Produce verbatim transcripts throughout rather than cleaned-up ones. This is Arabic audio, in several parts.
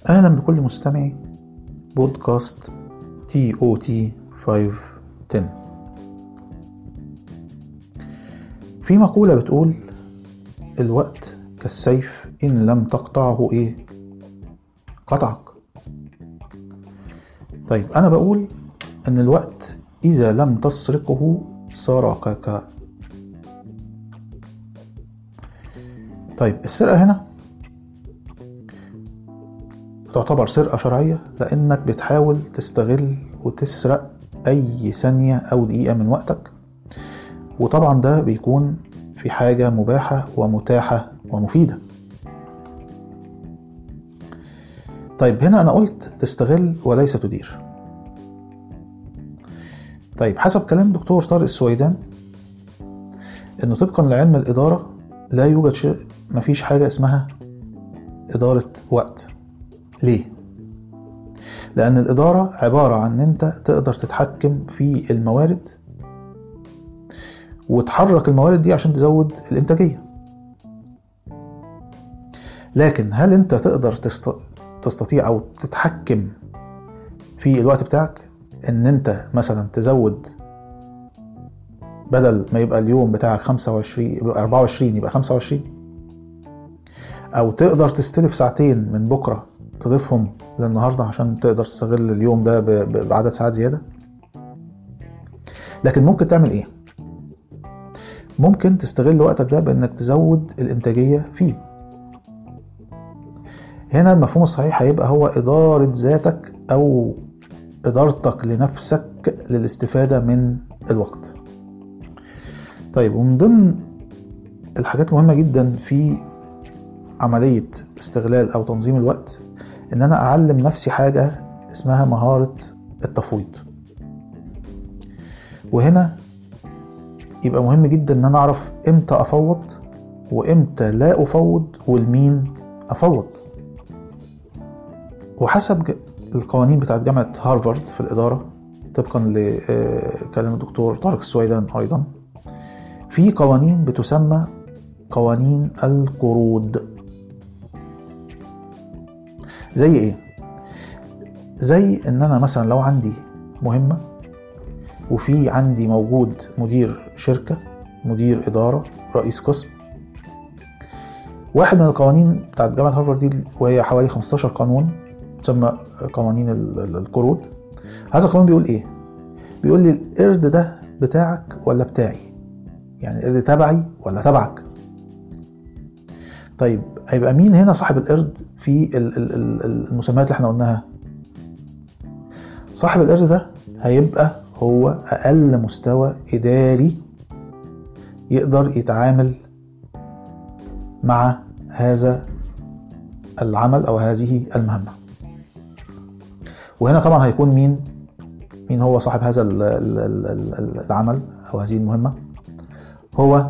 أهلا بكل مستمعي بودكاست تي أو تي خمسمية وعشرة. في مقولة بتقول الوقت كالسيف إن لم تقطعه إيه قطعك. طيب أنا بقول أن الوقت إذا لم تسرقه سرقك. طيب السرقة هنا تعتبر سرقة شرعية، لأنك بتحاول تستغل وتسرق أي ثانية أو دقيقة من وقتك، وطبعا ده بيكون في حاجة مباحة ومتاحة ومفيدة. طيب هنا أنا قلت تستغل وليس تدير. طيب حسب كلام دكتور طارق السويدان إنه طبقا لعلم الإدارة لا يوجد شيء، مفيش حاجة اسمها إدارة وقت. ليه؟ لأن الإدارة عبارة عن أن أنت تقدر تتحكم في الموارد وتحرك الموارد دي عشان تزود الإنتاجية. لكن هل أنت تقدر تستطيع أو تتحكم في الوقت بتاعك؟ أن أنت مثلا تزود بدل ما يبقى اليوم بتاعك خمسة وعشرين أربعة وعشرين يبقى خمسة وعشرين، أو تقدر تستلف ساعتين من بكرة تضيفهم للنهاردة عشان تقدر تستغل اليوم ده بعدد ساعات زيادة. لكن ممكن تعمل ايه؟ ممكن تستغل وقتك ده بانك تزود الانتاجية فيه. هنا المفهوم الصحيح هيبقى هو ادارة ذاتك او ادارتك لنفسك للاستفادة من الوقت. طيب ومن ضمن الحاجات المهمة جدا في عملية استغلال او تنظيم الوقت ان انا اعلم نفسي حاجة اسمها مهارة التفويض. وهنا يبقى مهم جدا ان انا اعرف امتى افوض وامتى لا افوض والمين افوض. وحسب القوانين بتاعت جامعة هارفارد في الادارة طبقا لكلام الدكتور طارق السويدان ايضا، في قوانين بتسمى قوانين القروض. زي ايه؟ زي ان انا مثلا لو عندي مهمة وفي عندي موجود مدير شركة، مدير ادارة، رئيس قسم، واحد من القوانين بتاعت جامعة هارفارد دي وهي حوالي خمستاشر قانون تسمى قوانين القروض. هذا القانون بيقول ايه؟ بيقول لي القرد ده بتاعك ولا بتاعي؟ يعني القرد تبعي ولا تبعك؟ طيب هيبقى مين هنا صاحب القرد في المسميات اللي احنا قلناها؟ صاحب القرد ده هيبقى هو اقل مستوى اداري يقدر يتعامل مع هذا العمل او هذه المهمة. وهنا طبعا هيكون مين مين هو صاحب هذا العمل او هذه المهمة؟ هو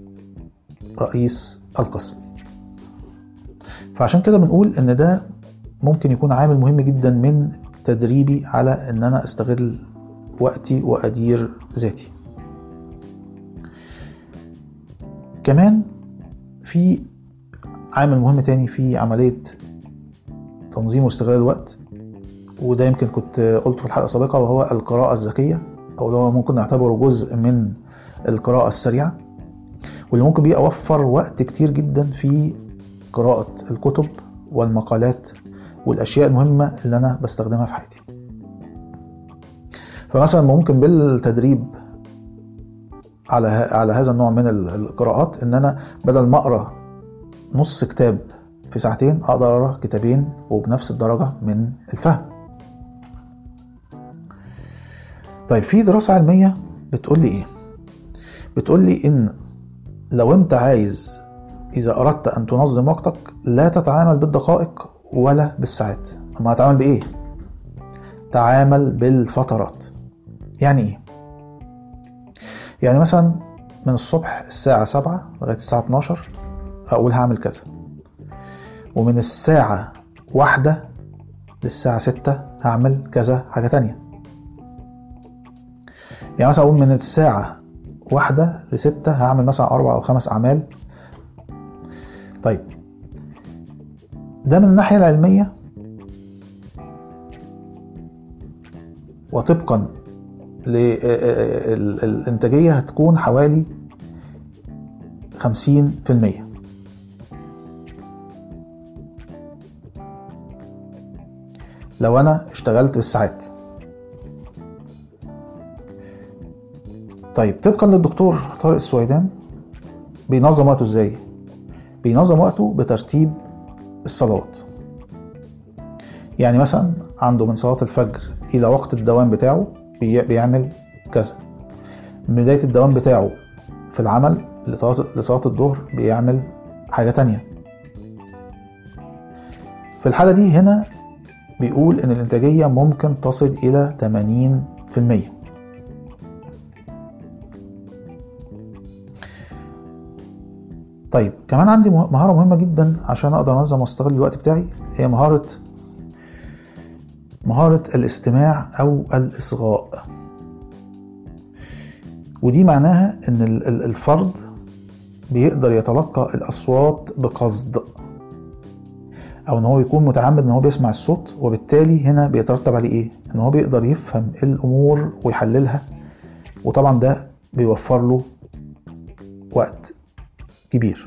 رئيس القسم. فعشان كده بنقول ان ده ممكن يكون عامل مهم جدا من تدريبي على ان انا استغل وقتي وادير ذاتي. كمان في عامل مهم تاني في عملية تنظيم واستغلال الوقت، وده يمكن كنت قلته في الحلقة السابقة، وهو القراءة الذكية، او لو ممكن نعتبره جزء من القراءة السريعة، واللي ممكن بيه اوفر وقت كتير جدا في قراءة الكتب والمقالات والاشياء المهمة اللي انا بستخدمها في حياتي. فمثلا ممكن بالتدريب على على هذا النوع من القراءات ان انا بدل ما اقرا نص كتاب في ساعتين اقدر اقرا كتابين وبنفس الدرجة من الفهم. طيب في دراسة علمية بتقول لي ايه؟ بتقول لي ان لو انت عايز اذا اردت ان تنظم وقتك لا تتعامل بالدقائق ولا بالساعات، اما هتعامل بايه؟ تعامل بالفترات. يعني ايه؟ يعني مثلا من الصبح الساعة سبعة لغاية الساعة اتناشر اقول هعمل كذا، ومن الساعة واحدة للساعة ستة هعمل كذا حاجة تانية. يعني مثلا اقول من الساعة واحدة لستة هعمل مثلا اربع او خمس اعمال. طيب ده من الناحية العلمية وطبقا للإنتاجية هتكون حوالي خمسين في المية. لو أنا اشتغلت بالساعات. طيب طبقا للدكتور طارق السويدان بينظم وقته ازاي؟ بينظم وقته بترتيب الصلوات. يعني مثلا عنده من صلاة الفجر إلى وقت الدوام بتاعه بيعمل كذا، من بداية الدوام بتاعه في العمل لصلاة الظهر بيعمل حاجة تانية. في الحالة دي هنا بيقول إن الإنتاجية ممكن تصل إلى ثمانين في المية. طيب كمان عندي مهارة مهمة جدا عشان أقدر أنظم واستغل الوقت بتاعي، هي مهارة مهارة الاستماع أو الإصغاء. ودي معناها إن الفرد بيقدر يتلقى الأصوات بقصد، أو إن هو يكون متعمد إن هو بيسمع الصوت، وبالتالي هنا بيترتب عليه إيه؟ إن هو بيقدر يفهم الأمور ويحللها، وطبعا ده بيوفر له وقت كبير.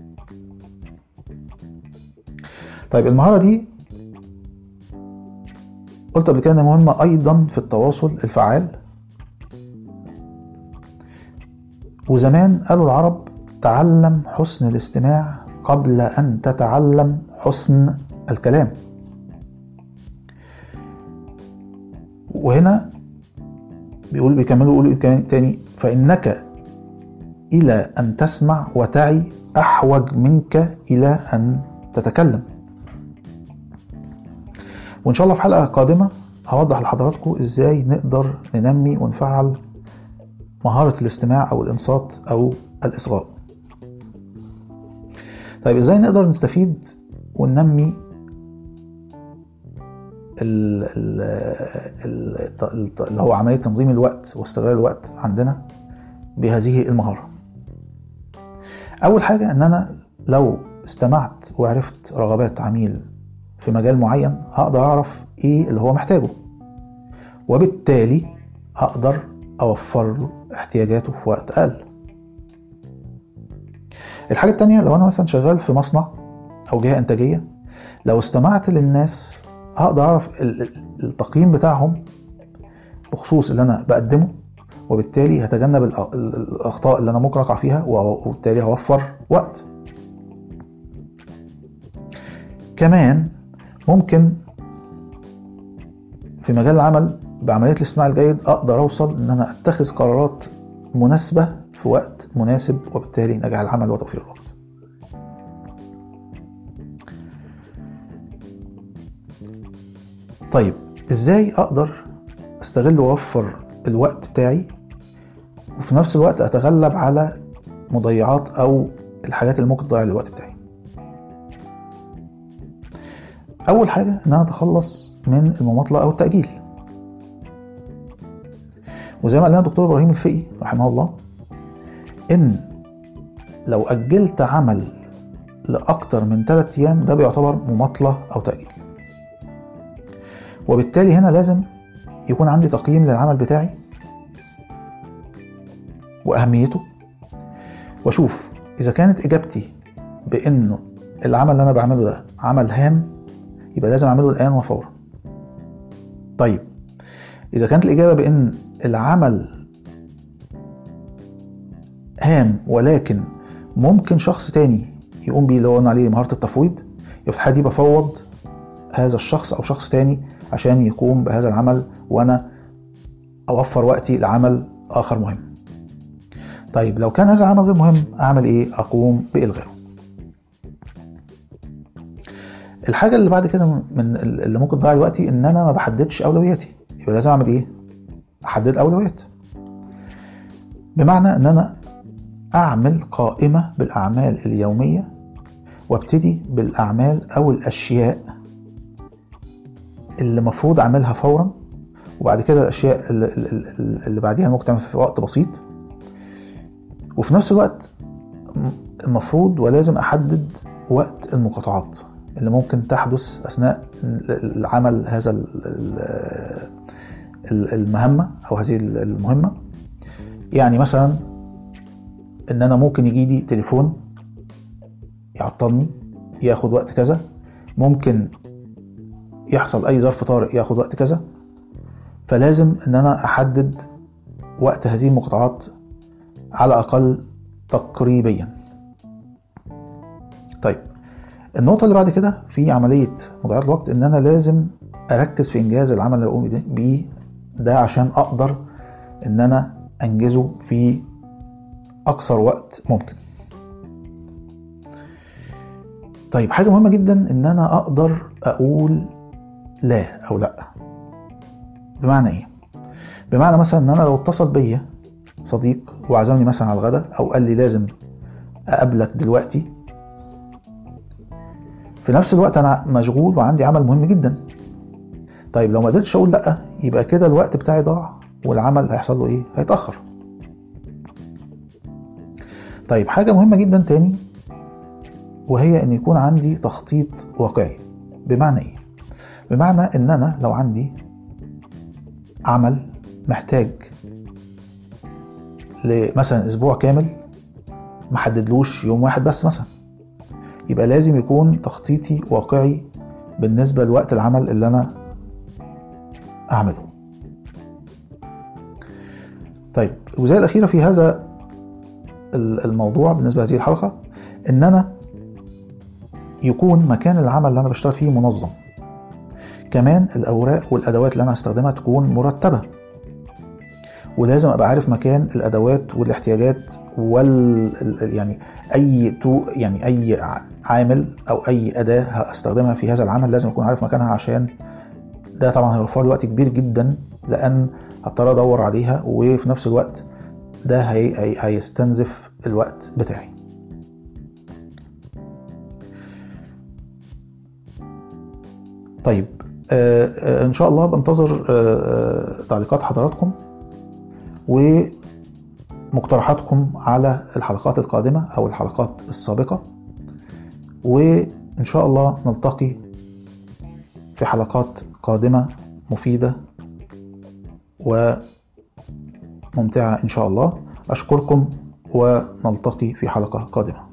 طيب المهارة دي قلت قبل كده انها مهمة ايضا في التواصل الفعال. وزمان قالوا العرب تعلم حسن الاستماع قبل ان تتعلم حسن الكلام. وهنا بيقول بيكملوا يقولوا تاني: فإنك إلى أن تسمع وتعي أحوج منك إلى أن تتكلم. وإن شاء الله في حلقة قادمة هوضح لحضراتكم إزاي نقدر ننمي ونفعل مهارة الاستماع أو الإنصات أو الإصغاء. طيب إزاي نقدر نستفيد وننمي اللي هو عملية تنظيم الوقت واستغلال الوقت عندنا بهذه المهارة؟ أول حاجة أن أنا لو استمعت وعرفت رغبات عميل في مجال معين هقدر أعرف إيه اللي هو محتاجه، وبالتالي هقدر أوفر له احتياجاته في وقت أقل. الحاجة التانية، لو أنا مثلا شغال في مصنع أو جهة إنتاجية، لو استمعت للناس هقدر أعرف التقييم بتاعهم بخصوص اللي أنا بقدمه، وبالتالي هتجنب الأخطاء اللي أنا ممكن أقع فيها، وبالتالي هوفر وقت. كمان ممكن في مجال العمل بعملية الاستماع الجيد أقدر أوصل إن أنا أتخذ قرارات مناسبة في وقت مناسب، وبالتالي نجاح العمل وتوفير الوقت. طيب إزاي أقدر أستغل وأوفر الوقت بتاعي وفي نفس الوقت أتغلب على مضيعات أو الحاجات اللي ممكن تضيع الوقت بتاعي؟ أول حاجة إن أنا أتخلص من المماطلة أو التأجيل. وزي ما قال لنا الدكتور إبراهيم الفقي رحمه الله، إن لو أجلت عمل لأكتر من ثلاثة أيام ده بيعتبر مماطلة أو تأجيل. وبالتالي هنا لازم يكون عندي تقييم للعمل بتاعي وأهميته، وأشوف إذا كانت إجابتي بإنه العمل اللي أنا بعمله ده عمل هام يبقى لازم أعمله الآن وفورا. طيب إذا كانت الإجابة بإن العمل هام ولكن ممكن شخص تاني يقوم بيه اللي هو قلنا عليه مهارة التفويض، يبقى في الحالة دي بفوض هذا الشخص أو شخص تاني عشان يقوم بهذا العمل وأنا أوفر وقتي لعمل آخر مهم. طيب لو كان هذا العمل غير مهم أعمل إيه؟ أقوم بإلغائه. الحاجة اللي بعد كده من اللي ممكن تضيع وقتي إن أنا ما بحددش أولوياتي، يبقى لازم أعمل إيه؟ أحدد أولويات، بمعنى إن أنا أعمل قائمة بالأعمال اليومية وابتدي بالأعمال أو الأشياء اللي مفروض أعملها فورا، وبعد كده الأشياء اللي, اللي بعديها ممكن تعمل في وقت بسيط. وفي نفس الوقت المفروض ولازم أحدد وقت المقاطعات اللي ممكن تحدث أثناء العمل هذا المهمة أو هذه المهمة. يعني مثلا إن أنا ممكن يجيلي تليفون يعطلني ياخد وقت كذا، ممكن يحصل أي ظرف طارئ ياخد وقت كذا، فلازم إن أنا أحدد وقت هذه المقاطعات على أقل تقريبيا. طيب النقطة اللي بعد كده في عملية مضاعفة الوقت إن أنا لازم أركز في إنجاز العمل اللي بقوم بيه ده عشان أقدر إن أنا أنجزه في أقصر وقت ممكن. طيب حاجة مهمة جدا إن أنا أقدر أقول لا أو لأ. بمعنى إيه؟ بمعنى مثلا إن أنا لو اتصل بيا صديق وعزمني مثلا على الغداء أو قال لي لازم أقابلك دلوقتي، في نفس الوقت أنا مشغول وعندي عمل مهم جدا. طيب لو ما قدرتش أقول لأ، يبقى كده الوقت بتاعي ضاع والعمل هيحصل له إيه؟ هيتأخر. طيب حاجة مهمة جدا تاني وهي ان يكون عندي تخطيط واقعي. بمعنى ايه؟ بمعنى ان انا لو عندي عمل محتاج لمثلا اسبوع كامل محددلوش يوم واحد بس مثلا، يبقى لازم يكون تخطيطي واقعي بالنسبة لوقت العمل اللي انا اعمله. طيب الجزئية الاخيرة في هذا الموضوع بالنسبة لهذه الحلقة ان انا يكون مكان العمل اللي انا بشتغل فيه منظم. كمان الاوراق والادوات اللي انا هستخدمها تكون مرتبة، ولازم ابقى عارف مكان الادوات والاحتياجات وال يعني اي تو يعني اي عامل او اي اداة هستخدمها في هذا العمل لازم اكون عارف مكانها، عشان ده طبعا هيوفر لي وقت كبير جدا لان هضطر ادور عليها، وفي نفس الوقت ده هي هي هيستنزف الوقت بتاعي. طيب آه آه ان شاء الله بنتظر آه تعليقات حضراتكم ومقترحاتكم على الحلقات القادمة او الحلقات السابقة، وان شاء الله نلتقي في حلقات قادمة مفيدة وممتعة ان شاء الله. اشكركم ونلتقي في حلقة قادمة.